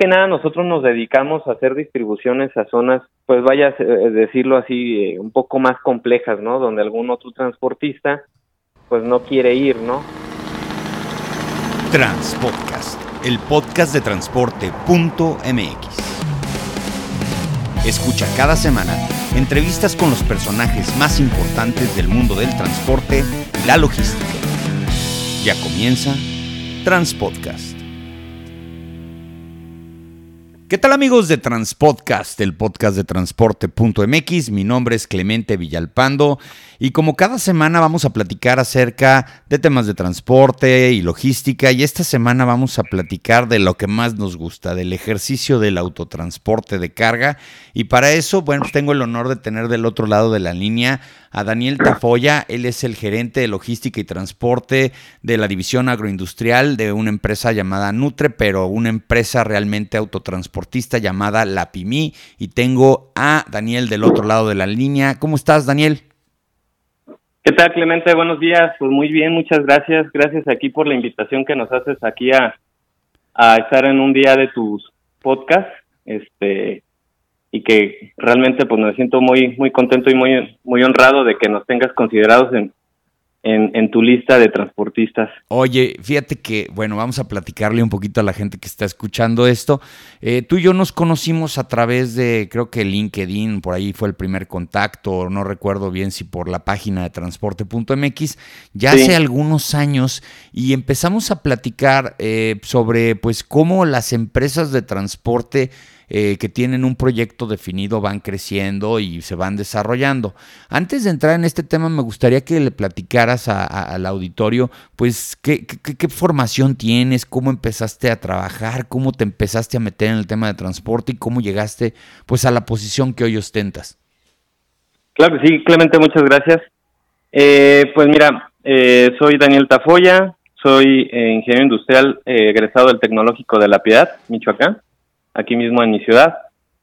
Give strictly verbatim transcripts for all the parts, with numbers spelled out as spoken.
que nada nosotros nos dedicamos a hacer distribuciones a zonas, pues vaya a decirlo así, eh, un poco más complejas, ¿no? Donde algún otro transportista pues no quiere ir, ¿no? Transpodcast, el podcast de transporte punto m x. Escucha cada semana entrevistas con los personajes más importantes del mundo del transporte y la logística. Ya comienza Transpodcast. ¿Qué tal, amigos de Transpodcast, el podcast de transporte punto m x? Mi nombre es Clemente Villalpando y como cada semana vamos a platicar acerca de temas de transporte y logística, y esta semana vamos a platicar de lo que más nos gusta, del ejercicio del autotransporte de carga, y para eso, bueno, tengo el honor de tener del otro lado de la línea a Daniel Tafolla. Él es el gerente de logística y transporte de la división agroindustrial de una empresa llamada Nutre, pero una empresa realmente autotransportista llamada Lapimí. Y tengo a Daniel del otro lado de la línea. ¿Cómo estás, Daniel? ¿Qué tal, Clemente? Buenos días. Pues muy bien, muchas gracias. Gracias aquí por la invitación que nos haces aquí a, a estar en un día de tus podcasts. Este... y que realmente pues me siento muy muy contento y muy muy honrado de que nos tengas considerados en, en, en tu lista de transportistas. Oye, fíjate que, bueno, vamos a platicarle un poquito a la gente que está escuchando esto. Eh, tú y yo nos conocimos a través de, creo que LinkedIn, por ahí fue el primer contacto, no recuerdo bien si por la página de transporte punto m x, ya sí. Hace algunos años, y empezamos a platicar eh, sobre pues cómo las empresas de transporte Eh, que tienen un proyecto definido van creciendo y se van desarrollando. Antes de entrar en este tema, me gustaría que le platicaras a, a, al auditorio, pues, ¿qué, qué, qué formación tienes? ¿Cómo empezaste a trabajar? ¿Cómo te empezaste a meter en el tema de transporte? ¿Y cómo llegaste, pues, a la posición que hoy ostentas? Claro que sí, Clemente, muchas gracias. Eh, pues mira, eh, soy Daniel Tafolla, soy eh, ingeniero industrial eh, egresado del Tecnológico de La Piedad, Michoacán, aquí mismo en mi ciudad.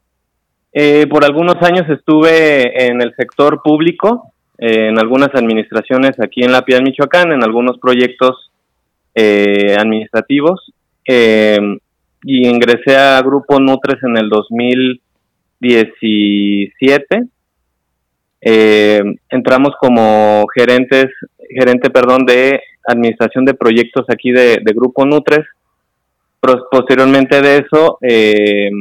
Eh, por algunos años estuve en el sector público, eh, en algunas administraciones aquí en La Piedad, Michoacán, en algunos proyectos eh, administrativos, eh, y ingresé a Grupo Nutres en el dos mil diecisiete. Eh, entramos como gerentes, gerente, perdón, de administración de proyectos aquí de, de Grupo Nutres. Posteriormente de eso, eh,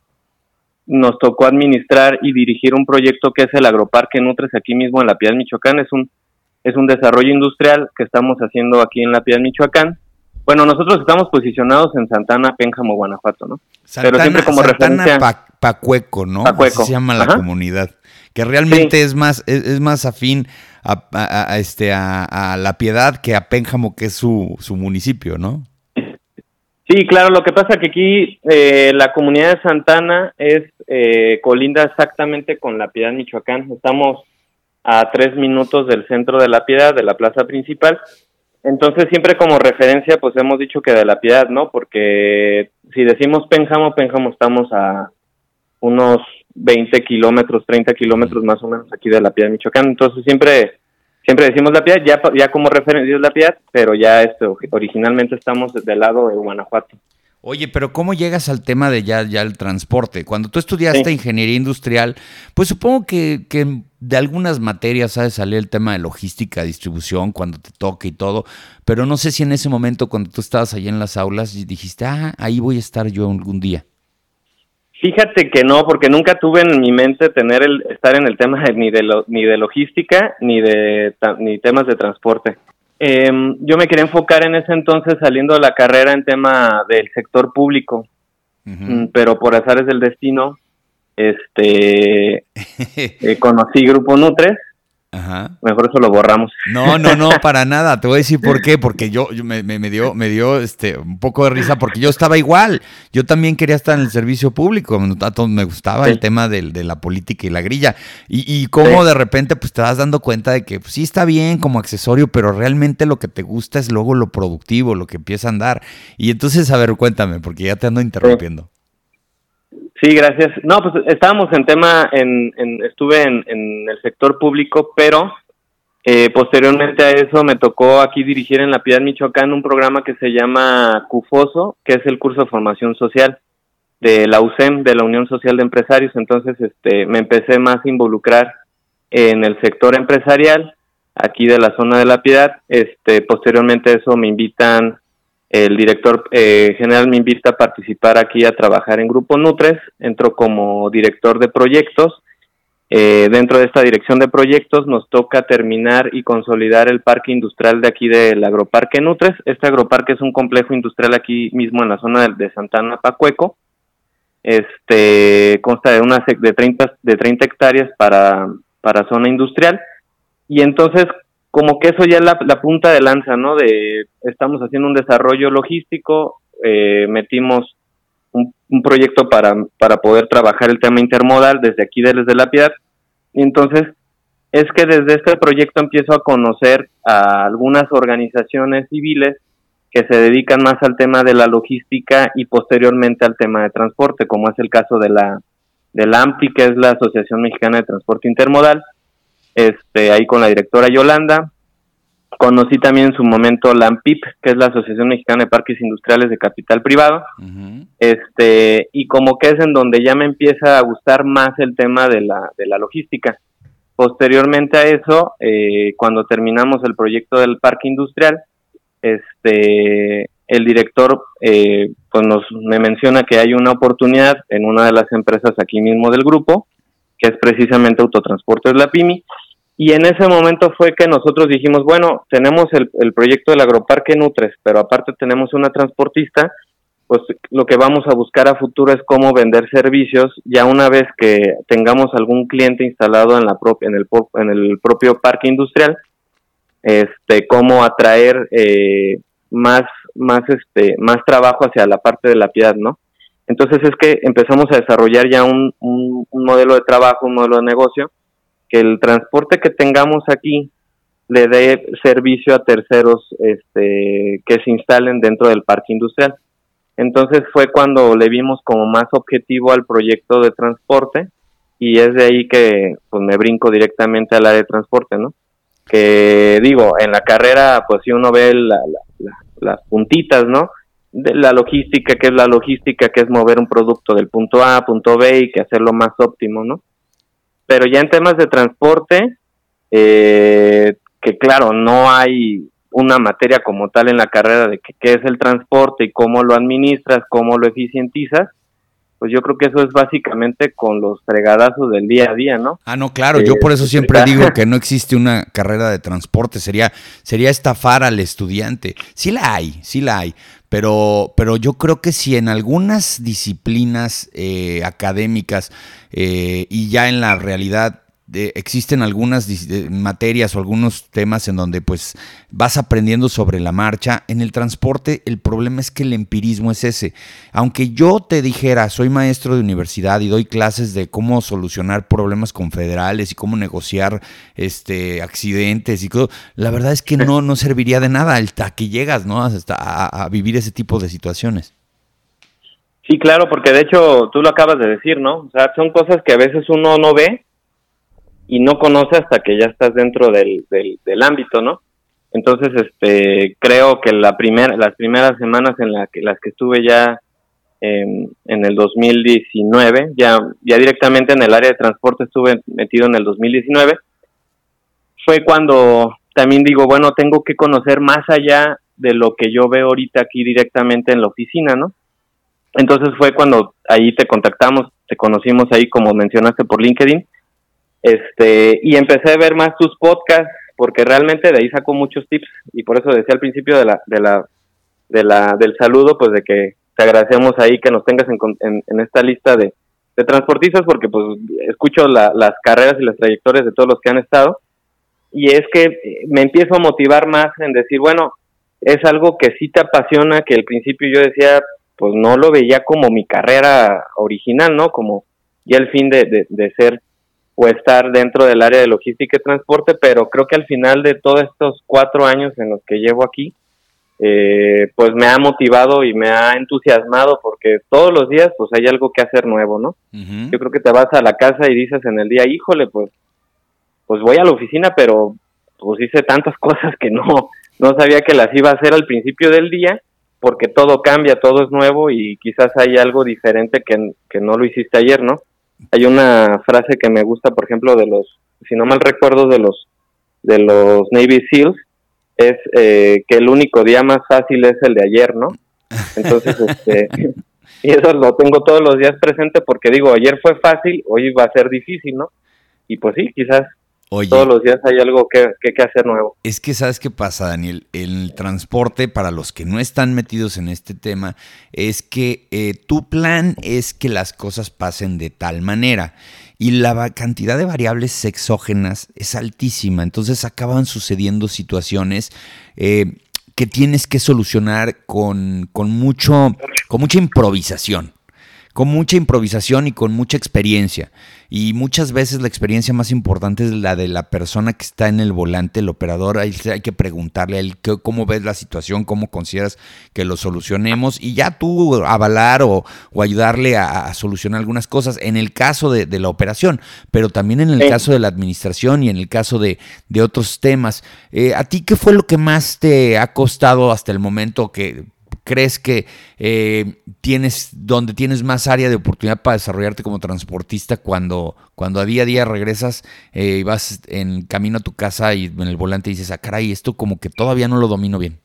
nos tocó administrar y dirigir un proyecto que es el Agroparque Nutres aquí mismo en La Piedad, Michoacán. Es un es un desarrollo industrial que estamos haciendo aquí en La Piedad, Michoacán. Bueno, nosotros estamos posicionados en Santana, Pénjamo, Guanajuato, ¿no? Santana, Pero siempre como Santana referencia pa, Pacueco, ¿no? Pacueco. Así se llama la Ajá. comunidad, que realmente sí. es más es, es más afín a, a, a este a, a La Piedad que a Pénjamo, que es su su municipio, ¿no? Sí, claro, lo que pasa que aquí eh, la comunidad de Santana es eh, colinda exactamente con La Piedad, Michoacán. Estamos a tres minutos del centro de La Piedad, de la plaza principal. Entonces siempre como referencia pues hemos dicho que de La Piedad, ¿no? Porque si decimos Pénjamo, Pénjamo estamos a unos veinte kilómetros, treinta kilómetros más o menos aquí de La Piedad, Michoacán. Entonces siempre... Siempre decimos La Piedad, ya, ya como referencia es La Piedad, pero ya esto, originalmente estamos del lado de Guanajuato. Oye, pero ¿cómo llegas al tema de ya, ya el transporte? Cuando tú estudiaste sí. ingeniería industrial, pues supongo que, que de algunas materias sabes salir el tema de logística, distribución, cuando te toque y todo, pero no sé si en ese momento cuando tú estabas allá en las aulas dijiste, ah, ahí voy a estar yo algún día. Fíjate que no, porque nunca tuve en mi mente tener el estar en el tema de, ni de lo, ni de logística ni de ta, ni temas de transporte. Eh, yo me quería enfocar en ese entonces saliendo de la carrera en tema del sector público, uh-huh. pero por azares del destino, este, eh, conocí Grupo Nutres. Ajá. Mejor eso lo borramos. No, no, no, para nada. Te voy a decir por qué, porque yo, yo me, me, me dio, me dio este un poco de risa, porque yo estaba igual. Yo también quería estar en el servicio público. A todos me gustaba sí. el tema de, de la política y la grilla. Y, y cómo sí. de repente pues te vas dando cuenta de que pues, sí está bien como accesorio, pero realmente lo que te gusta es luego lo productivo, lo que empieza a andar. Y entonces, a ver, cuéntame, porque ya te ando interrumpiendo. Sí. Sí, gracias. No, pues estábamos en tema, en, en estuve en, en el sector público, pero eh, posteriormente a eso me tocó aquí dirigir en La Piedad, Michoacán, un programa que se llama CUFOSO, que es el curso de formación social. de la U S E M, de la Unión Social de Empresarios. Entonces este me empecé más a involucrar en el sector empresarial, aquí de la zona de La Piedad. Este, posteriormente a eso me invitan, el director eh, general me invita a participar aquí a trabajar en Grupo Nutres, entro como director de proyectos. Eh, dentro de esta dirección de proyectos nos toca terminar y consolidar el parque industrial de aquí del Agroparque Nutres. Este agroparque es un complejo industrial aquí mismo en la zona de, de Santana Pacueco. Este consta de unas de treinta de treinta hectáreas para para zona industrial, y entonces como que eso ya es la, la punta de lanza, ¿no? De estamos haciendo un desarrollo logístico, eh, metimos un, un proyecto para para poder trabajar el tema intermodal desde aquí desde La Piedad. Y entonces es que desde este proyecto empiezo a conocer a algunas organizaciones civiles que se dedican más al tema de la logística y posteriormente al tema de transporte, como es el caso de la de la AMPI, que es la Asociación Mexicana de Transporte Intermodal, este ahí con la directora Yolanda. Conocí también en su momento la AMPIP, que es la Asociación Mexicana de Parques Industriales de Capital Privado, uh-huh. este y como que es en donde ya me empieza a gustar más el tema de la de la logística. Posteriormente a eso, eh, cuando terminamos el proyecto del parque industrial, este el director eh, pues nos me menciona que hay una oportunidad en una de las empresas aquí mismo del grupo, que es precisamente Autotransportes La Pimi, y en ese momento fue que nosotros dijimos, bueno, tenemos el, el proyecto del Agroparque Nutres, pero aparte tenemos una transportista, pues lo que vamos a buscar a futuro es cómo vender servicios, ya una vez que tengamos algún cliente instalado en la pro, en el en el propio parque industrial, este cómo atraer eh, más más este más trabajo hacia la parte de La Piedad, ¿no? Entonces es que empezamos a desarrollar ya un, un, un modelo de trabajo, un modelo de negocio, que el transporte que tengamos aquí le dé servicio a terceros este que se instalen dentro del parque industrial. Entonces fue cuando le vimos como más objetivo al proyecto de transporte, y es de ahí que pues me brinco directamente al área de transporte, ¿no? Que digo, en la carrera pues si uno ve la, la, la, las puntitas, ¿no? De la logística, que es la logística, que es mover un producto del punto A a punto B y que hacerlo más óptimo, ¿no? Pero ya en temas de transporte, eh, que claro, no hay una materia como tal en la carrera de qué es el transporte y cómo lo administras, cómo lo eficientizas, pues yo creo que eso es básicamente con los fregadazos del día a día, ¿no? Ah, no, claro, eh, yo por eso siempre digo que no existe una carrera de transporte, sería sería estafar al estudiante. Sí la hay, sí la hay, pero pero yo creo que si en algunas disciplinas eh, académicas eh, y ya en la realidad de, existen algunas dis- materias o algunos temas en donde pues vas aprendiendo sobre la marcha. En el transporte el problema es que el empirismo es ese. Aunque yo te dijera, soy maestro de universidad y doy clases de cómo solucionar problemas confederales y cómo negociar este accidentes y todo, la verdad es que no, no serviría de nada hasta que llegas, ¿no? Hasta a, a vivir ese tipo de situaciones. Sí, claro, porque de hecho tú lo acabas de decir, ¿no? O sea, son cosas que a veces uno no ve y no conoce hasta que ya estás dentro del, del, del ámbito, ¿no? Entonces, este, creo que la primera, las primeras semanas en la que, las que estuve ya eh, en el dos mil diecinueve, ya, ya directamente en el área de transporte estuve metido en el dos mil diecinueve, fue cuando también digo, bueno, tengo que conocer más allá de lo que yo veo ahorita aquí directamente en la oficina, ¿no? Entonces fue cuando ahí te contactamos, te conocimos ahí, como mencionaste, por LinkedIn, Este, y empecé a ver más tus podcasts, porque realmente de ahí saco muchos tips, y por eso decía al principio de la, de la, de la, del saludo, pues de que te agradecemos ahí que nos tengas en, en, en esta lista de, de transportistas, porque pues escucho la, las carreras y las trayectorias de todos los que han estado, y es que me empiezo a motivar más en decir, bueno, es algo que sí te apasiona, que al principio yo decía, pues no lo veía como mi carrera original, ¿no? Como ya el fin de, de, de ser o estar dentro del área de logística y transporte, pero creo que al final de todos estos cuatro años en los que llevo aquí, eh, pues me ha motivado y me ha entusiasmado, porque todos los días pues hay algo que hacer nuevo, ¿no? Uh-huh. Yo creo que te vas a la casa y dices en el día, híjole, pues pues voy a la oficina, pero pues hice tantas cosas que no, no sabía que las iba a hacer al principio del día, porque todo cambia, todo es nuevo y quizás hay algo diferente que, que no lo hiciste ayer, ¿no? Hay una frase que me gusta, por ejemplo, de los, si no mal recuerdo, de los de los Navy SEALs, es eh, que el único día más fácil es el de ayer, ¿no? Entonces, este, y eso lo tengo todos los días presente porque digo, ayer fue fácil, hoy va a ser difícil, ¿no? Y pues sí, quizás Oye, todos los días hay algo que, que, que hacer nuevo. Es que ¿sabes qué pasa, Daniel? El transporte, para los que no están metidos en este tema, es que eh, tu plan es que las cosas pasen de tal manera y la cantidad de variables exógenas es altísima, entonces acaban sucediendo situaciones eh, que tienes que solucionar con, con, mucho, con mucha improvisación. Con mucha improvisación y con mucha experiencia. Y muchas veces la experiencia más importante es la de la persona que está en el volante, el operador. Hay, hay que preguntarle a él qué, cómo ves la situación, cómo consideras que lo solucionemos y ya tú avalar o, o ayudarle a, a solucionar algunas cosas en el caso de, de la operación, pero también en el sí. caso de la administración y en el caso de, de otros temas. Eh, ¿A ti qué fue lo que más te ha costado hasta el momento que crees que eh, tienes, donde tienes más área de oportunidad para desarrollarte como transportista cuando, cuando a día a día regresas eh, y vas en camino a tu casa y en el volante dices, ah, caray, esto como que todavía no lo domino bien?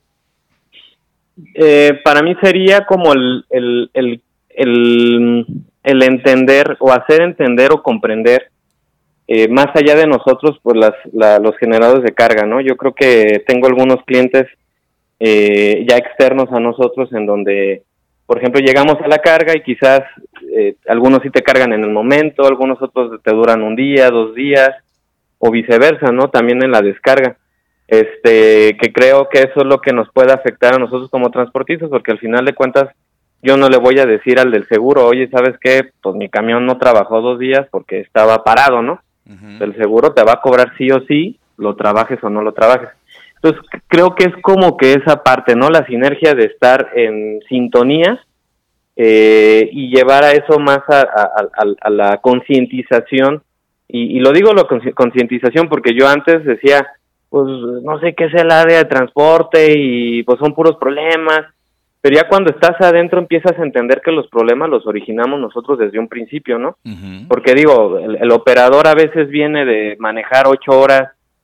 Eh, para mí sería como el, el, el, el, el entender o hacer entender o comprender eh, más allá de nosotros pues las, la, los generadores de carga, ¿no? Yo creo que tengo algunos clientes Eh, ya externos a nosotros en donde, por ejemplo, llegamos a la carga y quizás eh, algunos sí te cargan en el momento, algunos otros te duran un día, dos días o viceversa, ¿no? También en la descarga, este, que creo que eso es lo que nos puede afectar a nosotros como transportistas, porque al final de cuentas yo no le voy a decir al del seguro, oye, ¿sabes qué? Pues mi camión no trabajó dos días porque estaba parado, ¿no? Uh-huh. El seguro te va a cobrar sí o sí, lo trabajes o no lo trabajes. Entonces, creo que es como que esa parte, ¿no? La sinergia de estar en sintonía eh, y llevar a eso más a, a, a, a la concientización. Y, y lo digo la concientización porque yo antes decía, pues no sé qué es el área de transporte y pues son puros problemas. Pero ya cuando estás adentro empiezas a entender que los problemas los originamos nosotros desde un principio, ¿no? Uh-huh. Porque digo, el, el operador a veces viene de manejar ocho horas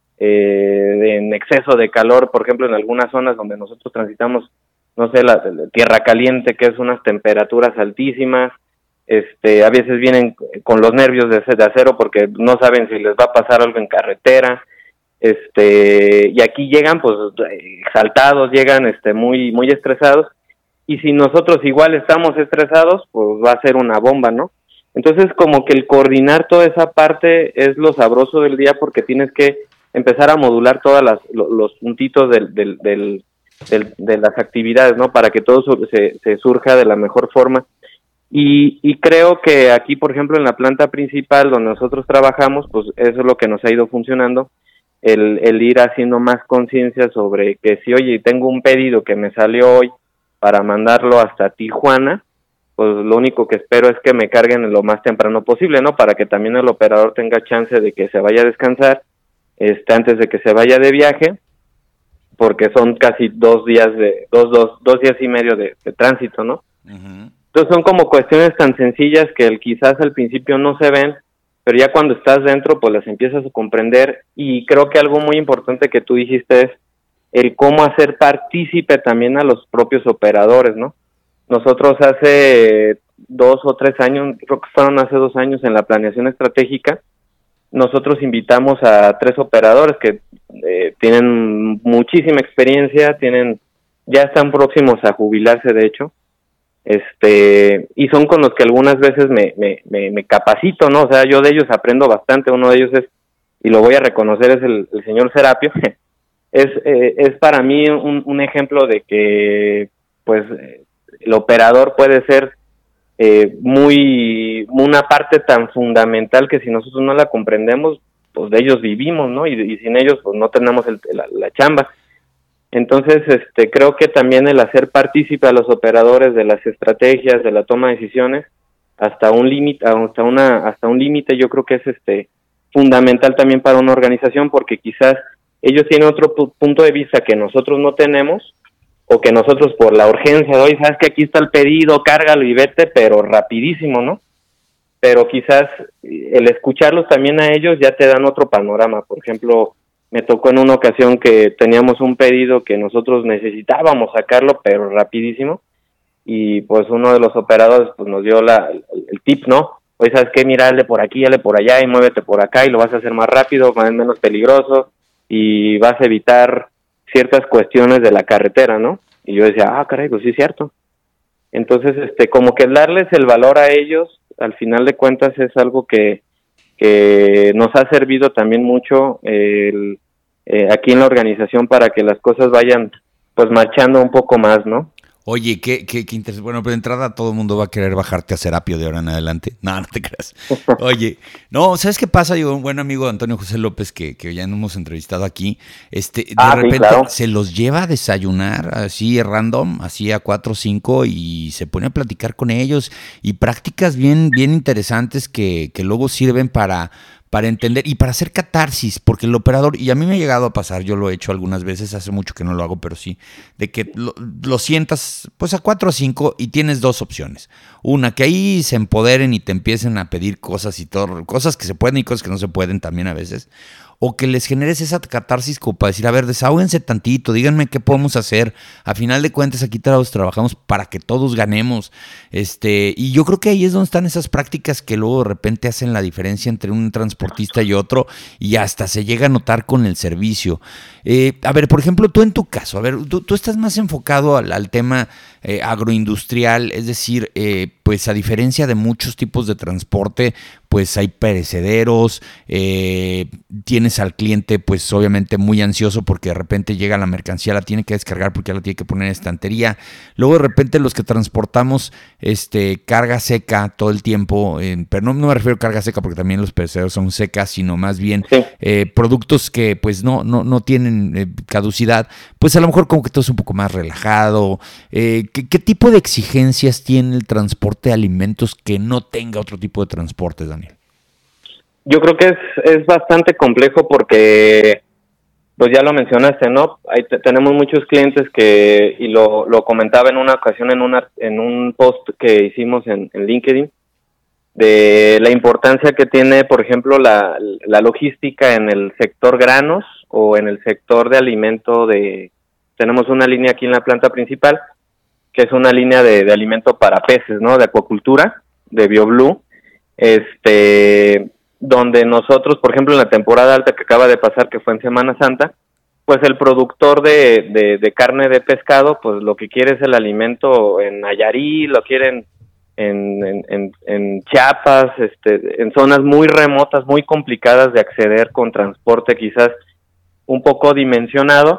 Eh, en exceso de calor, por ejemplo, en algunas zonas donde nosotros transitamos, no sé, la, la tierra caliente, que es unas temperaturas altísimas, este, a veces vienen con los nervios de, de acero porque no saben si les va a pasar algo en carretera, este, y aquí llegan pues exaltados, llegan este muy muy estresados, y si nosotros igual estamos estresados, pues va a ser una bomba, ¿no? Entonces como que el coordinar toda esa parte es lo sabroso del día porque tienes que empezar a modular todas las lo, los puntitos del, del, del, del, de las actividades, ¿no? Para que todo se, se surja de la mejor forma. Y, y creo que aquí, por ejemplo, en la planta principal donde nosotros trabajamos, pues eso es lo que nos ha ido funcionando, el, el ir haciendo más conciencia sobre que si, oye, tengo un pedido que me salió hoy para mandarlo hasta Tijuana, pues lo único que espero es que me carguen lo más temprano posible, ¿no? Para que también el operador tenga chance de que se vaya a descansar Este, antes de que se vaya de viaje, porque son casi dos días de dos dos dos días y medio de, de tránsito, ¿no? Uh-huh. Entonces son como cuestiones tan sencillas que el, quizás al principio no se ven, pero ya cuando estás dentro, pues las empiezas a comprender. Y creo que algo muy importante que tú dijiste es el cómo hacer partícipe también a los propios operadores, ¿no? Nosotros hace dos o tres años, creo que fueron hace dos años en la planeación estratégica, nosotros invitamos a tres operadores que eh, tienen muchísima experiencia, tienen ya están próximos a jubilarse, de hecho, este y son con los que algunas veces me, me, me, me capacito, ¿no? O sea, yo de ellos aprendo bastante. Uno de ellos es, y lo voy a reconocer, es el, el señor Serapio. es eh, es para mí un, un ejemplo de que, pues, el operador puede ser Eh, muy una parte tan fundamental que si nosotros no la comprendemos, pues de ellos vivimos, ¿no? Y, y sin ellos pues no tenemos el, la, la chamba. Entonces, este, creo que también el hacer partícipe a los operadores de las estrategias, de la toma de decisiones, hasta un límite, hasta una, hasta un límite, yo creo que es este fundamental también para una organización, porque quizás ellos tienen otro pu- punto de vista que nosotros no tenemos, o que nosotros por la urgencia de hoy, sabes que aquí está el pedido, cárgalo y vete, pero rapidísimo, ¿no? Pero quizás el escucharlos también a ellos ya te dan otro panorama. Por ejemplo, me tocó en una ocasión que teníamos un pedido que nosotros necesitábamos sacarlo, pero rapidísimo, y pues uno de los operadores pues nos dio la, el, el tip, ¿no? Oye, ¿sabes qué? Mira, dale por aquí, dale por allá y muévete por acá y lo vas a hacer más rápido, más menos peligroso y vas a evitar ciertas cuestiones de la carretera, ¿no? Y yo decía, ah, caray, pues sí es cierto. Entonces, este, como que darles el valor a ellos, al final de cuentas es algo que, que nos ha servido también mucho eh, el, eh, aquí en la organización para que las cosas vayan pues marchando un poco más, ¿no? Oye, qué, qué, qué interesante. Bueno, pero de entrada todo el mundo va a querer bajarte a Serapio de ahora en adelante. No, no te creas. Oye, no, ¿sabes qué pasa? Yo, un buen amigo Antonio José López, que, que ya nos hemos entrevistado aquí, este, de ah, repente sí, claro. se los lleva a desayunar así random, así a cuatro o cinco, y se pone a platicar con ellos, y prácticas bien, bien interesantes que, que luego sirven para... para entender y para hacer catarsis, porque el operador, y a mí me ha llegado a pasar, yo lo he hecho algunas veces, hace mucho que no lo hago, pero sí, de que lo, lo sientas pues a cuatro o cinco y tienes dos opciones. Una, que ahí se empoderen y te empiecen a pedir cosas y todo, cosas que se pueden y cosas que no se pueden también a veces. O que les generes esa catarsis como para decir, a ver, desahóguense tantito, díganme qué podemos hacer. A final de cuentas, aquí todos trabajamos para que todos ganemos. Este, y yo creo que ahí es donde están esas prácticas que luego de repente hacen la diferencia entre un transportista y otro, y hasta se llega a notar con el servicio. Eh, a ver, por ejemplo, tú en tu caso, a ver, tú, tú estás más enfocado al, al tema eh, agroindustrial, es decir, eh, pues a diferencia de muchos tipos de transporte, pues hay perecederos, eh, tienes al cliente pues obviamente muy ansioso porque de repente llega la mercancía, la tiene que descargar porque ya la tiene que poner en estantería. Luego de repente los que transportamos este carga seca todo el tiempo, eh, pero no, no me refiero a carga seca porque también los perecederos son secas, sino más bien sí. eh, productos que pues no, no, no tienen eh, caducidad, pues a lo mejor como que todo es un poco más relajado. Eh, ¿qué, ¿Qué tipo de exigencias tiene el transporte de alimentos que no tenga otro tipo de transporte, Daniel? Yo creo que es, es bastante complejo porque, pues ya lo mencionaste, ¿no? Ahí te, tenemos muchos clientes que, y lo, lo comentaba en una ocasión en, una, en un post que hicimos en, en LinkedIn, de la importancia que tiene, por ejemplo, la, la logística en el sector granos o en el sector de alimento de... Tenemos una línea aquí en la planta principal, que es una línea de, de alimento para peces, ¿no? De acuacultura, de BioBlue, este... donde nosotros, por ejemplo, en la temporada alta que acaba de pasar, que fue en Semana Santa, pues el productor de, de, de carne de pescado, pues lo que quiere es el alimento en Nayarit, lo quieren en, en, en, en Chiapas, este, en zonas muy remotas, muy complicadas de acceder con transporte quizás un poco dimensionado,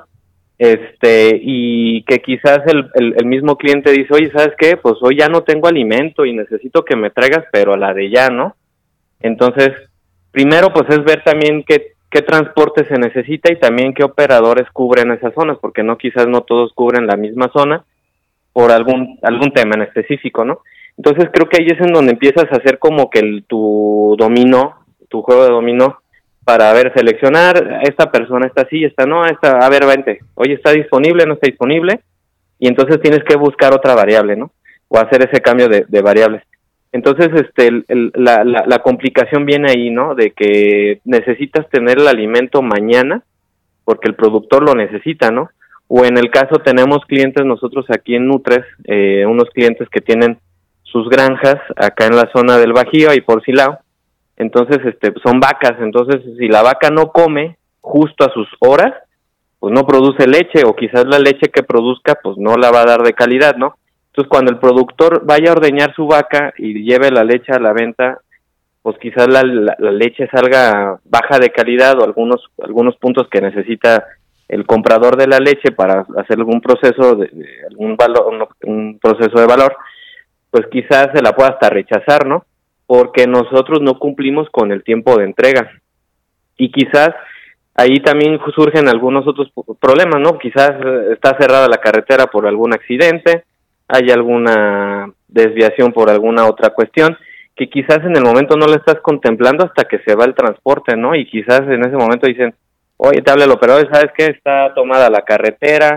este y que quizás el, el, el mismo cliente dice, oye, ¿sabes qué? Pues hoy ya no tengo alimento y necesito que me traigas, pero a la de ya, ¿no? Entonces, primero pues es ver también qué, qué transporte se necesita y también qué operadores cubren esas zonas, porque no quizás no todos cubren la misma zona por algún algún tema en específico, ¿no? Entonces creo que ahí es en donde empiezas a hacer como que el, tu dominó, tu juego de dominó, para ver, seleccionar, esta persona está así, esta no, esta, a ver, vente, oye, ¿está disponible, no está disponible? Y entonces tienes que buscar otra variable, ¿no? O hacer ese cambio de, de variables. Entonces, este, el, el, la, la, la complicación viene ahí, ¿no? De que necesitas tener el alimento mañana porque el productor lo necesita, ¿no? O en el caso tenemos clientes nosotros aquí en Nutres, eh, unos clientes que tienen sus granjas acá en la zona del Bajío y por Silao. Entonces, este, son vacas. Entonces, si la vaca no come justo a sus horas, pues no produce leche, o quizás la leche que produzca, pues no la va a dar de calidad, ¿no? Entonces, cuando el productor vaya a ordeñar su vaca y lleve la leche a la venta, pues quizás la, la, la leche salga baja de calidad o algunos algunos puntos que necesita el comprador de la leche para hacer algún proceso de, de algún valor, un, un proceso de valor, pues quizás se la pueda hasta rechazar, ¿no? Porque nosotros no cumplimos con el tiempo de entrega. Y quizás ahí también surgen algunos otros problemas, ¿no? Quizás está cerrada la carretera por algún accidente, hay alguna desviación por alguna otra cuestión, que quizás en el momento no lo estás contemplando hasta que se va el transporte, ¿no? Y quizás en ese momento dicen, oye, te habla el operador, ¿sabes qué? Está tomada la carretera,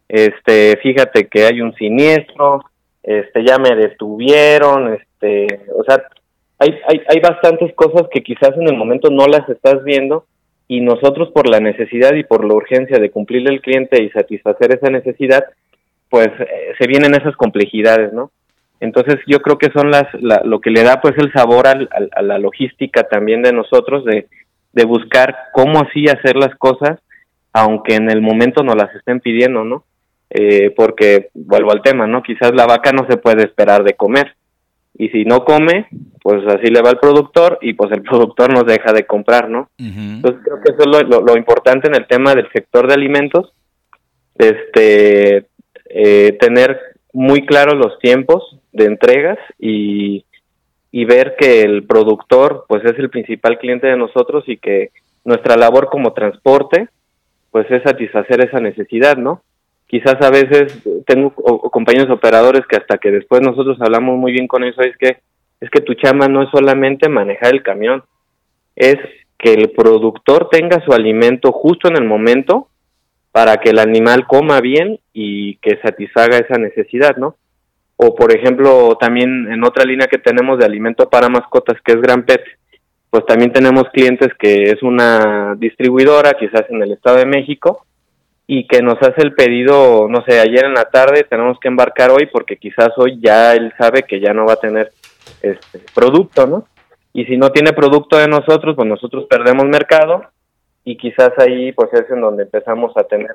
este, fíjate que hay un siniestro, este, ya me detuvieron, este, o sea, hay, hay, hay bastantes cosas que quizás en el momento no las estás viendo, y nosotros por la necesidad y por la urgencia de cumplirle al cliente y satisfacer esa necesidad, pues eh, se vienen esas complejidades, ¿no? Entonces yo creo que son las la, lo que le da pues el sabor al, al, a la logística también de nosotros, de, de buscar cómo así hacer las cosas, aunque en el momento nos las estén pidiendo, ¿no? Eh, porque vuelvo al tema, ¿no? Quizás la vaca no se puede esperar de comer, y si no come, pues así le va al productor, y pues el productor nos deja de comprar, ¿no? Uh-huh. Entonces creo que eso es lo, lo, lo importante en el tema del sector de alimentos, este eh, tener muy claros los tiempos de entregas y, y ver que el productor pues es el principal cliente de nosotros, y que nuestra labor como transporte pues es satisfacer esa necesidad, ¿no? Quizás a veces tengo o, o compañeros operadores que hasta que después nosotros hablamos muy bien con eso, es que es que tu chamba no es solamente manejar el camión, es que el productor tenga su alimento justo en el momento para que el animal coma bien y que satisfaga esa necesidad, ¿no? O por ejemplo, también en otra línea que tenemos de alimento para mascotas, que es Gran Pet, pues también tenemos clientes que es una distribuidora, quizás en el Estado de México, y que nos hace el pedido, no sé, ayer en la tarde, tenemos que embarcar hoy porque quizás hoy ya él sabe que ya no va a tener este producto, ¿no? Y si no tiene producto de nosotros, pues nosotros perdemos mercado, y quizás ahí pues es en donde empezamos a tener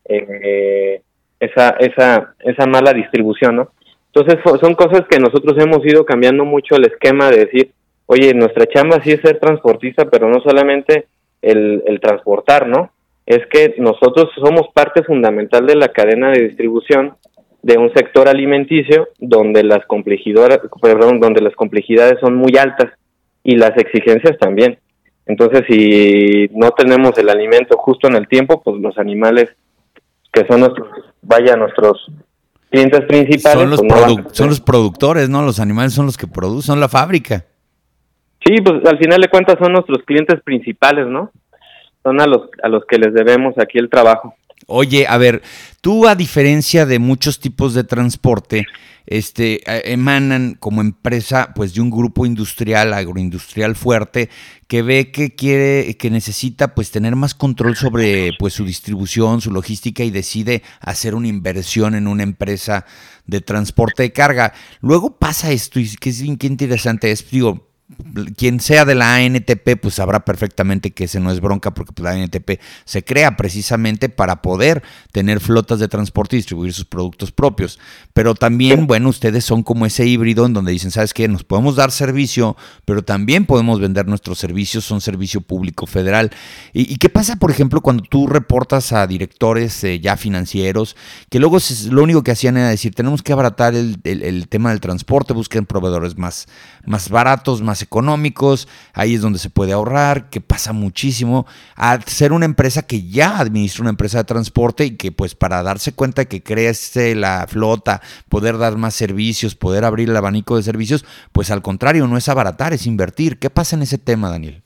eh, esa esa esa mala distribución, ¿no? Entonces son cosas que nosotros hemos ido cambiando mucho el esquema de decir, oye, nuestra chamba sí es ser transportista, pero no solamente el, el transportar, ¿no? Es que nosotros somos parte fundamental de la cadena de distribución de un sector alimenticio donde las complejidades, perdón, donde las complejidades son muy altas y las exigencias también. Entonces, si no tenemos el alimento justo en el tiempo, pues los animales que son nuestros, vaya, nuestros clientes principales, son los, pues no produ- van a son los productores, ¿no? Los animales son los que producen, son la fábrica. Sí, pues al final de cuentas son nuestros clientes principales, ¿no? Son a los a los que les debemos aquí el trabajo. Oye, a ver, tú a diferencia de muchos tipos de transporte, este, emanan como empresa pues de un grupo industrial, agroindustrial fuerte, que ve que quiere, que necesita pues tener más control sobre pues su distribución, su logística, y decide hacer una inversión en una empresa de transporte de carga. Luego pasa esto, y que es qué interesante es, digo, quien sea de la A N T P pues sabrá perfectamente que ese no es bronca, porque pues, la A N T P se crea precisamente para poder tener flotas de transporte y distribuir sus productos propios, pero también, bueno, ustedes son como ese híbrido en donde dicen, ¿sabes qué? Nos podemos dar servicio, pero también podemos vender nuestros servicios, son servicio público federal. ¿Y, y qué pasa, por ejemplo, cuando tú reportas a directores eh, ya financieros, que luego se, lo único que hacían era decir, tenemos que abaratar el, el, el tema del transporte, busquen proveedores más, más baratos, más económicos, ahí es donde se puede ahorrar, que pasa muchísimo, a ser una empresa que ya administra una empresa de transporte, y que pues para darse cuenta que crece la flota, poder dar más servicios, poder abrir el abanico de servicios, pues al contrario, no es abaratar, es invertir. ¿Qué pasa en ese tema, Daniel?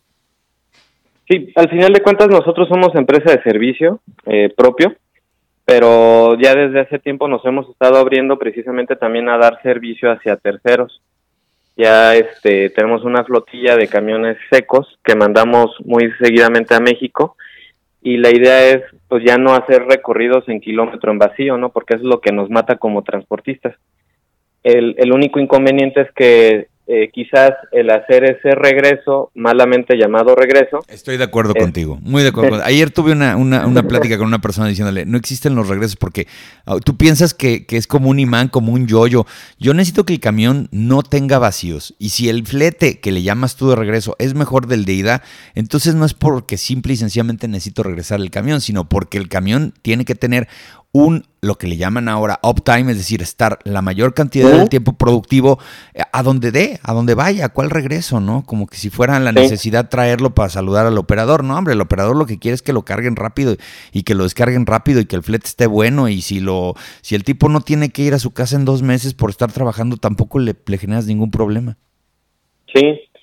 Sí, al final de cuentas nosotros somos empresa de servicio eh, propio, pero ya desde hace tiempo nos hemos estado abriendo precisamente también a dar servicio hacia terceros. Ya este tenemos una flotilla de camiones secos que mandamos muy seguidamente a México, y la idea es pues ya no hacer recorridos en kilómetro en vacío, ¿no? Porque eso es lo que nos mata como transportistas. El, el único inconveniente es que eh, quizás el hacer ese regreso, malamente llamado regreso... Estoy de acuerdo es, contigo, muy de acuerdo. Ayer tuve una, una, una plática con una persona diciéndole, no existen los regresos porque uh, tú piensas que, que es como un imán, como un yoyo. Yo necesito que el camión no tenga vacíos, y si el flete que le llamas tú de regreso es mejor del de ida, entonces no es porque simple y sencillamente necesito regresar el camión, sino porque el camión tiene que tener un, lo que le llaman ahora uptime, es decir, estar la mayor cantidad ¿Sí? del tiempo productivo a donde dé, a donde vaya, ¿cuál regreso, no? Como que si fuera la sí. necesidad traerlo para saludar al operador. No, hombre, el operador lo que quiere es que lo carguen rápido y que lo descarguen rápido y que el flete esté bueno, y si lo si el tipo no tiene que ir a su casa en dos meses por estar trabajando, tampoco le, le generas ningún problema. Sí,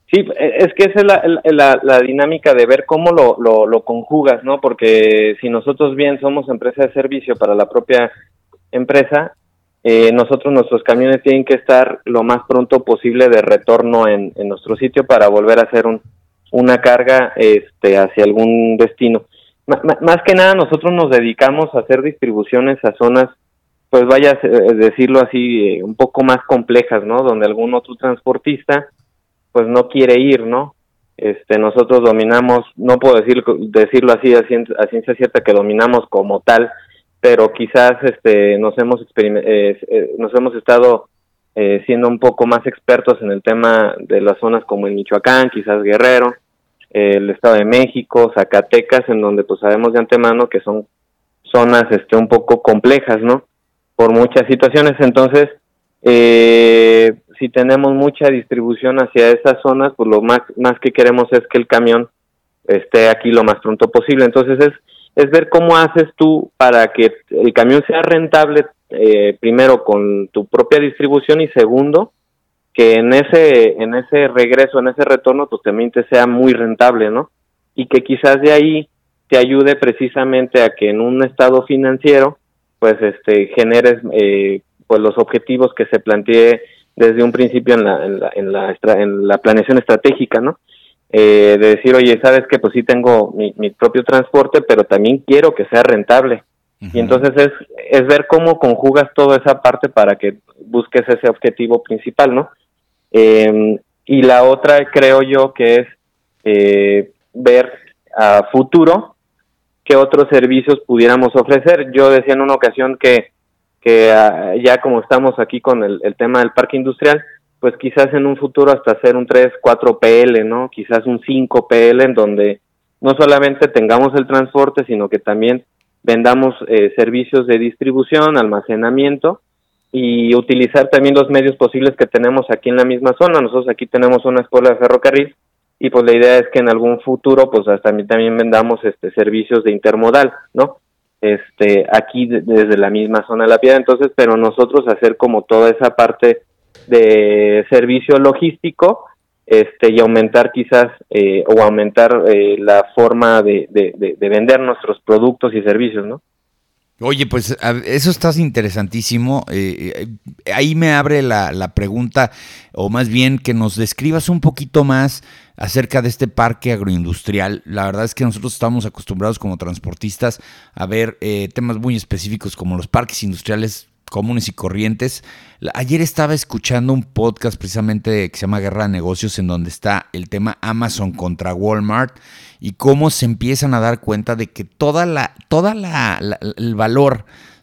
Sí, es que esa es la, la, la dinámica de ver cómo lo, lo, lo conjugas, ¿no? Porque si nosotros bien somos empresa de servicio para la propia empresa, eh, nosotros nuestros camiones tienen que estar lo más pronto posible de retorno en, en nuestro sitio para volver a hacer un, una carga este, hacia algún destino. M- más que nada nosotros nos dedicamos a hacer distribuciones a zonas, pues vaya a decirlo así, eh, un poco más complejas, ¿no? Donde algún otro transportista pues no quiere ir, ¿no? Este, nosotros dominamos, no puedo decir, decirlo así a ciencia, a ciencia cierta que dominamos como tal, pero quizás este, nos hemos experiment- eh, eh, nos hemos estado eh, siendo un poco más expertos en el tema de las zonas como en Michoacán, quizás Guerrero, eh, el Estado de México, Zacatecas, en donde pues sabemos de antemano que son zonas este, un poco complejas, ¿no? Por muchas situaciones, entonces eh, si tenemos mucha distribución hacia esas zonas, pues lo más, más que queremos es que el camión esté aquí lo más pronto posible. Entonces es, es ver cómo haces tú para que el camión sea rentable, eh, primero con tu propia distribución y segundo, que en ese, en ese regreso, en ese retorno, pues también te sea muy rentable, ¿no? Y que quizás de ahí te ayude precisamente a que en un estado financiero, pues este generes eh, pues los objetivos que se plantee desde un principio en la en la en la, en la planeación estratégica, ¿no? Eh, de decir, oye, sabes que pues sí tengo mi, mi propio transporte, pero también quiero que sea rentable. Uh-huh. Y entonces es es ver cómo conjugas toda esa parte para que busques ese objetivo principal, ¿no? Eh, y la otra creo yo que es eh, ver a futuro qué otros servicios pudiéramos ofrecer. Yo decía en una ocasión que que uh, ya como estamos aquí con el, el tema del parque industrial, pues quizás en un futuro hasta hacer un tres, cuatro P L, ¿no? Quizás un cinco P L en donde no solamente tengamos el transporte, sino que también vendamos eh, servicios de distribución, almacenamiento y utilizar también los medios posibles que tenemos aquí en la misma zona. Nosotros aquí tenemos una escuela de ferrocarril y pues la idea es que en algún futuro pues hasta también, también vendamos este servicios de intermodal, ¿no? este aquí de, desde la misma zona de la Piedra, entonces, pero nosotros hacer como toda esa parte de servicio logístico este y aumentar quizás eh, o aumentar eh, la forma de, de, de, de vender nuestros productos y servicios, ¿no? Oye, pues eso está interesantísimo. Eh, ahí me abre la, la pregunta, o más bien que nos describas un poquito más acerca de este parque agroindustrial. La verdad es que nosotros estamos acostumbrados como transportistas a ver eh, temas muy específicos como los parques industriales comunes y corrientes. Ayer estaba escuchando un podcast precisamente que se llama Guerra de Negocios, en donde está el tema Amazon contra Walmart y cómo se empiezan a dar cuenta de que toda la, toda la, la el valor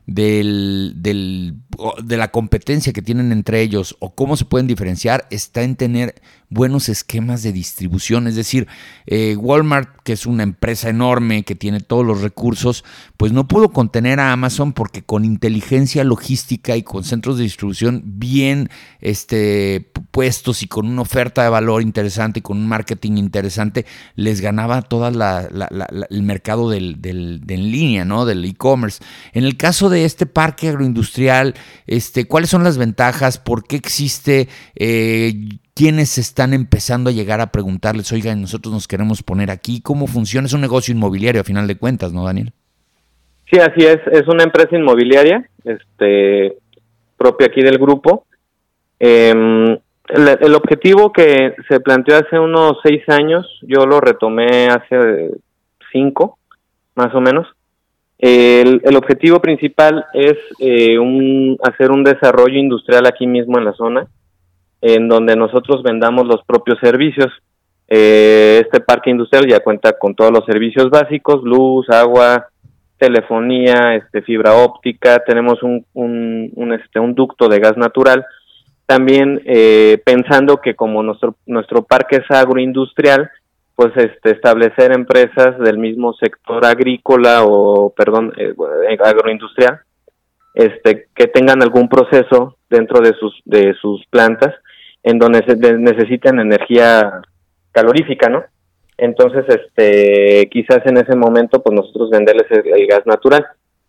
del, del, de la competencia que tienen entre ellos o cómo se pueden diferenciar está en tener buenos esquemas de distribución. Es decir, eh, Walmart, que es una empresa enorme que tiene todos los recursos, pues no pudo contener a Amazon porque con inteligencia logística y con centros de distribución bien este, puestos y con una oferta de valor interesante y con un marketing interesante, les ganaba todo la, la, la, el mercado del, del, de en línea, ¿no? Del e-commerce. En el caso de este parque agroindustrial, este, ¿cuáles son las ventajas? ¿Por qué existe? Eh, ¿Quiénes están empezando a llegar a preguntarles, oigan, nosotros nos queremos poner aquí? ¿Cómo funciona? Es un negocio inmobiliario a final de cuentas, ¿no, Daniel? Sí, así es. Es una empresa inmobiliaria, este, propia aquí del grupo. Eh, el, el objetivo que se planteó hace unos seis años, yo lo retomé hace cinco, más o menos. El, el objetivo principal es eh, un, hacer un desarrollo industrial aquí mismo en la zona, en donde nosotros vendamos los propios servicios. Eh, este parque industrial ya cuenta con todos los servicios básicos, luz, agua, telefonía, este, fibra óptica, tenemos un, un, un, este, un ducto de gas natural. También eh, pensando que como nuestro, nuestro parque es agroindustrial, pues este establecer empresas del mismo sector agrícola o perdón eh, agroindustrial este que tengan algún proceso dentro de sus de sus plantas en donde se de, necesitan energía calorífica, ¿no? Entonces este quizás en ese momento pues nosotros venderles el, el gas natural.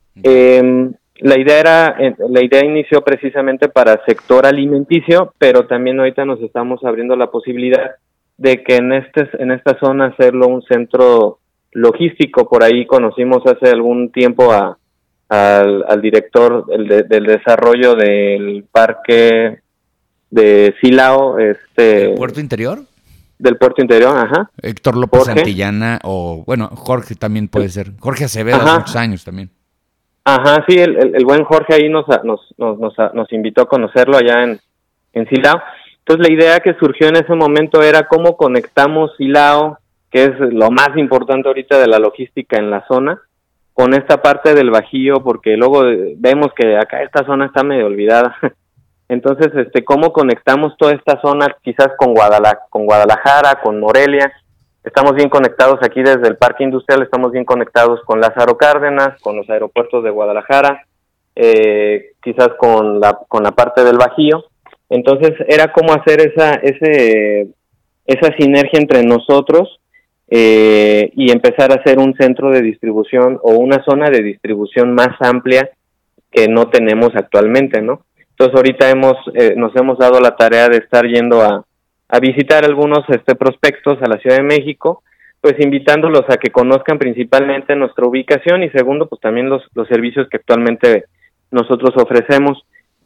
Eh, la idea era la idea inició precisamente para sector alimenticio, pero también ahorita nos estamos abriendo la posibilidad de que en este en esta zona hacerlo un centro logístico. Por ahí conocimos hace algún tiempo a al, al director del, de, del desarrollo del parque de Silao, este ¿El puerto interior? Del puerto interior, ajá. Héctor López Jorge. Santillana, o bueno, Jorge también puede ser. Jorge Acevedo, hace muchos años también. Ajá, sí, el, el, el buen Jorge ahí nos, nos, nos, nos, nos invitó a conocerlo allá en, en Silao. Entonces la idea que surgió en ese momento era cómo conectamos Silao, que es lo más importante ahorita de la logística en la zona, con esta parte del Bajío, porque luego vemos que acá esta zona está medio olvidada. Entonces, este, cómo conectamos toda esta zona quizás con Guadalajara, con Guadalajara, con Morelia. Estamos bien conectados aquí desde el Parque Industrial, estamos bien conectados con Lázaro Cárdenas, con los aeropuertos de Guadalajara, eh, quizás con la con la parte del Bajío. Entonces era como hacer esa ese esa sinergia entre nosotros eh, y empezar a hacer un centro de distribución o una zona de distribución más amplia que no tenemos actualmente, ¿no? Entonces ahorita hemos eh, nos hemos dado la tarea de estar yendo a a visitar algunos este prospectos a la Ciudad de México, pues invitándolos a que conozcan principalmente nuestra ubicación y segundo, pues también los, los servicios que actualmente nosotros ofrecemos.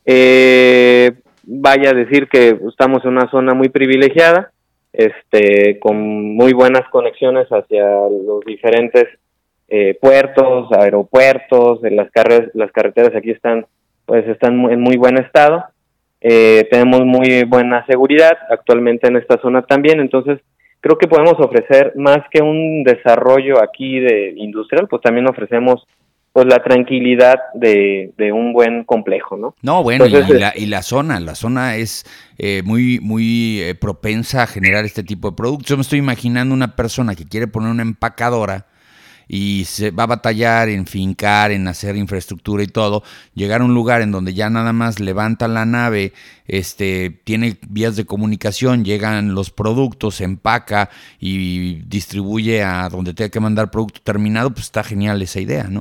Eh, vaya a decir que estamos en una zona muy privilegiada, este, con muy buenas conexiones hacia los diferentes eh, puertos, aeropuertos, las, carre- las carreteras aquí están, pues están en muy buen estado. Eh, tenemos muy buena seguridad actualmente en esta zona también, entonces creo que podemos ofrecer más que un desarrollo aquí de industrial, pues también ofrecemos pues la tranquilidad de, de un buen complejo, ¿no? No, bueno, entonces, y, la, y la zona, la zona es eh, muy, muy eh, propensa a generar este tipo de productos. Yo me estoy imaginando una persona que quiere poner una empacadora y se va a batallar en fincar, en hacer infraestructura y todo, llegar a un lugar en donde ya nada más levanta la nave, este, tiene vías de comunicación, llegan los productos, se empaca y distribuye a donde tenga que mandar producto terminado, pues está genial esa idea, ¿no?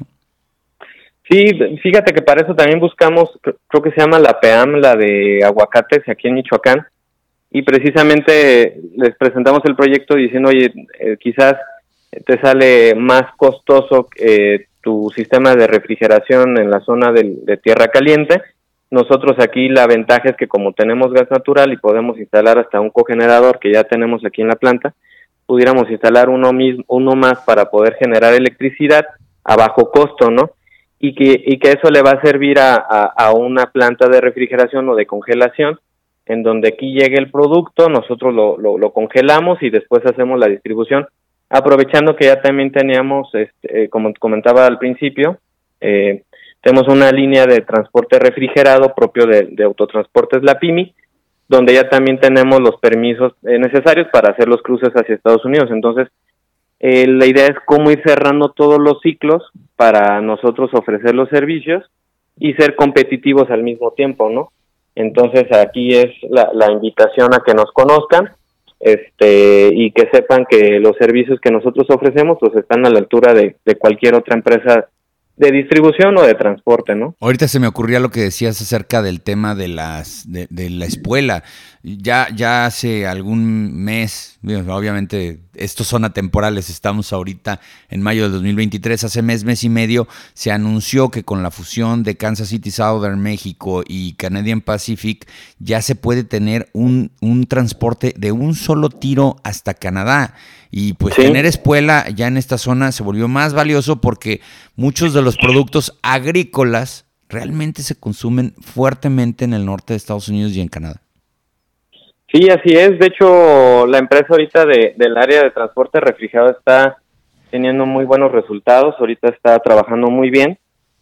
Sí, fíjate que para eso también buscamos, creo que se llama la P E A M, la de aguacates aquí en Michoacán, y precisamente les presentamos el proyecto diciendo, oye, eh, quizás te sale más costoso eh, tu sistema de refrigeración en la zona de, de tierra caliente. Nosotros aquí la ventaja es que como tenemos gas natural y podemos instalar hasta un cogenerador que ya tenemos aquí en la planta, pudiéramos instalar uno mismo, uno más para poder generar electricidad a bajo costo, ¿no? Y que, y que eso le va a servir a, a, a una planta de refrigeración o de congelación, en donde aquí llegue el producto, nosotros lo, lo, lo congelamos y después hacemos la distribución, aprovechando que ya también teníamos, este, eh, como comentaba al principio, eh, tenemos una línea de transporte refrigerado propio de, de Autotransportes La Pimi, donde ya también tenemos los permisos eh, necesarios para hacer los cruces hacia Estados Unidos. Entonces, eh, la idea es cómo ir cerrando todos los ciclos para nosotros ofrecer los servicios y ser competitivos al mismo tiempo, ¿no? Entonces, aquí es la, la invitación a que nos conozcan, este y que sepan que los servicios que nosotros ofrecemos pues están a la altura de, de cualquier otra empresa de distribución o de transporte, ¿no? Ahorita se me ocurría lo que decías acerca del tema de las de, de la espuela. Ya, ya hace algún mes, obviamente estos son atemporales, estamos ahorita en mayo de dos mil veintitrés, hace mes, mes y medio, se anunció que con la fusión de Kansas City Southern México y Canadian Pacific ya se puede tener un, un transporte de un solo tiro hasta Canadá. Y pues sí, tener espuela ya en esta zona se volvió más valioso porque muchos de los productos agrícolas realmente se consumen fuertemente en el norte de Estados Unidos y en Canadá. Sí, así es. De hecho, la empresa ahorita de, del área de transporte refrigerado está teniendo muy buenos resultados. Ahorita está trabajando muy bien.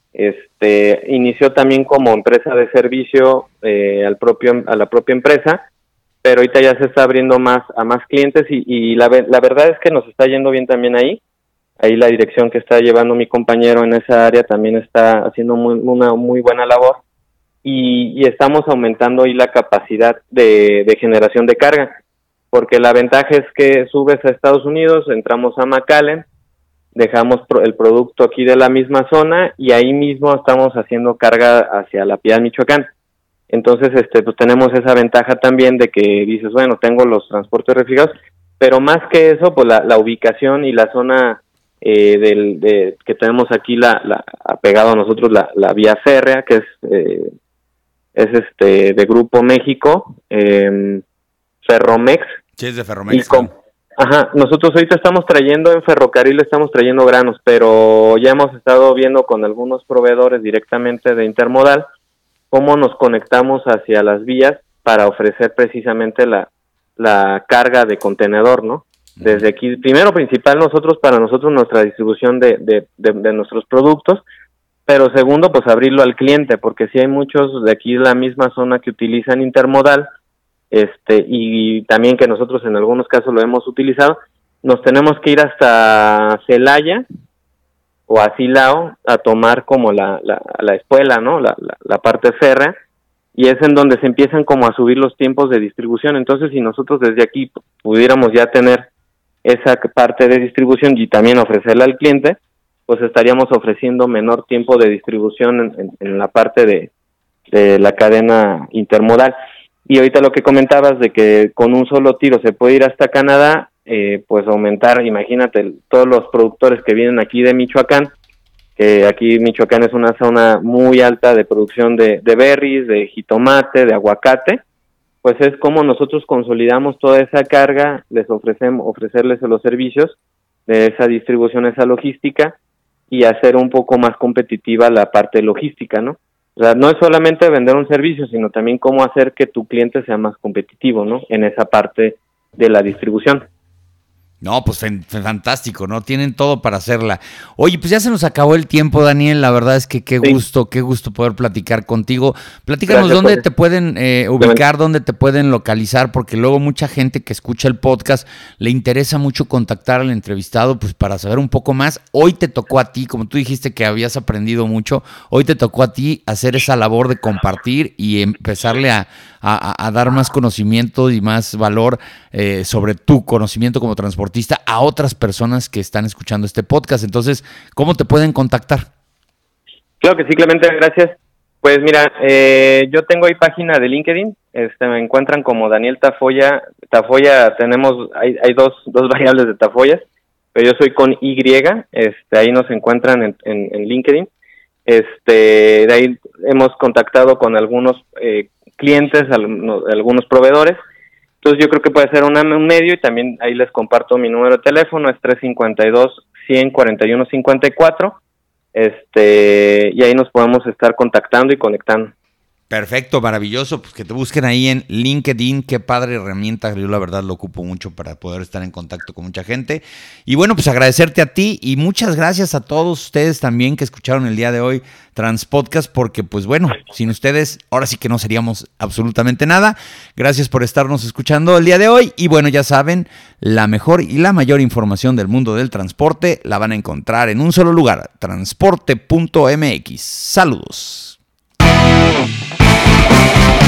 Este inició también como empresa de servicio eh, al propio a la propia empresa, pero ahorita ya se está abriendo más a más clientes y, y la, la verdad es que nos está yendo bien también ahí. Ahí la dirección que está llevando mi compañero en esa área también está haciendo muy, una muy buena labor y, y estamos aumentando ahí la capacidad de, de generación de carga, porque la ventaja es que subes a Estados Unidos, entramos a McAllen, dejamos pro, el producto aquí de la misma zona y ahí mismo estamos haciendo carga hacia La Piedad, Michoacán. Entonces, este, pues tenemos esa ventaja también de que dices, bueno, tengo los transportes refrigerados, pero más que eso, pues la, la ubicación y la zona eh, del de, que tenemos aquí la, la apegado a nosotros la, la vía férrea, que es eh, es este de Grupo México, eh, Ferromex. Sí, es de Ferromex. Y con, ajá, nosotros ahorita estamos trayendo en ferrocarril, estamos trayendo granos, pero ya hemos estado viendo con algunos proveedores directamente de intermodal cómo nos conectamos hacia las vías para ofrecer precisamente la, la carga de contenedor, ¿no? Desde aquí, primero principal nosotros, para nosotros nuestra distribución de, de, de, de nuestros productos, pero segundo, pues abrirlo al cliente, porque si hay muchos de aquí la misma zona que utilizan intermodal, este y también que nosotros en algunos casos lo hemos utilizado, nos tenemos que ir hasta Celaya o a Silao a tomar como la, la, la espuela, ¿no? La, la, la parte férrea, y es en donde se empiezan como a subir los tiempos de distribución. Entonces, si nosotros desde aquí pudiéramos ya tener esa parte de distribución y también ofrecerla al cliente, pues estaríamos ofreciendo menor tiempo de distribución en, en, en la parte de, de la cadena intermodal. Y ahorita lo que comentabas de que con un solo tiro se puede ir hasta Canadá, eh, pues aumentar, imagínate, todos los productores que vienen aquí de Michoacán, que aquí Michoacán es una zona muy alta de producción de, de berries, de jitomate, de aguacate, pues es como nosotros consolidamos toda esa carga, les ofrecemos, ofrecerles los servicios de esa distribución, esa logística, y hacer un poco más competitiva la parte logística, ¿no? O sea, no es solamente vender un servicio, sino también cómo hacer que tu cliente sea más competitivo, ¿no? En esa parte de la distribución. No, pues fantástico, ¿no? Tienen todo para hacerla. Oye, pues ya se nos acabó el tiempo, Daniel. La verdad es que qué sí. gusto, qué gusto poder platicar contigo. Platícanos Gracias, dónde por... te pueden eh, ubicar, dónde te pueden localizar, porque luego mucha gente que escucha el podcast le interesa mucho contactar al entrevistado, pues para saber un poco más. Hoy te tocó a ti, como tú dijiste que habías aprendido mucho, hoy te tocó a ti hacer esa labor de compartir y empezarle a, a, a dar más conocimiento y más valor eh, sobre tu conocimiento como transportista a otras personas que están escuchando este podcast. Entonces, ¿cómo te pueden contactar? Claro que sí, Clemente, gracias. Pues mira, eh, yo tengo ahí página de LinkedIn, este, me encuentran como Daniel Tafoya. Tafoya tenemos, hay, hay dos, dos variables de Tafoyas, pero yo soy con Y, este, ahí nos encuentran en, en, en LinkedIn. Este, de ahí hemos contactado con algunos eh, clientes, algunos, algunos proveedores. Entonces yo creo que puede ser una, un medio, y también ahí les comparto mi número de teléfono, es tres cinco dos, cien, cuarenta y uno cincuenta y cuatro, este, y ahí nos podemos estar contactando y conectando. Perfecto, maravilloso, pues que te busquen ahí en LinkedIn, qué padre herramienta, yo la verdad lo ocupo mucho para poder estar en contacto con mucha gente. Y bueno, pues agradecerte a ti y muchas gracias a todos ustedes también que escucharon el día de hoy Transpodcast, porque pues bueno, sin ustedes ahora sí que no seríamos absolutamente nada. Gracias por estarnos escuchando el día de hoy y bueno, ya saben, la mejor y la mayor información del mundo del transporte la van a encontrar en un solo lugar, transporte punto m x. Saludos. We'll be right back.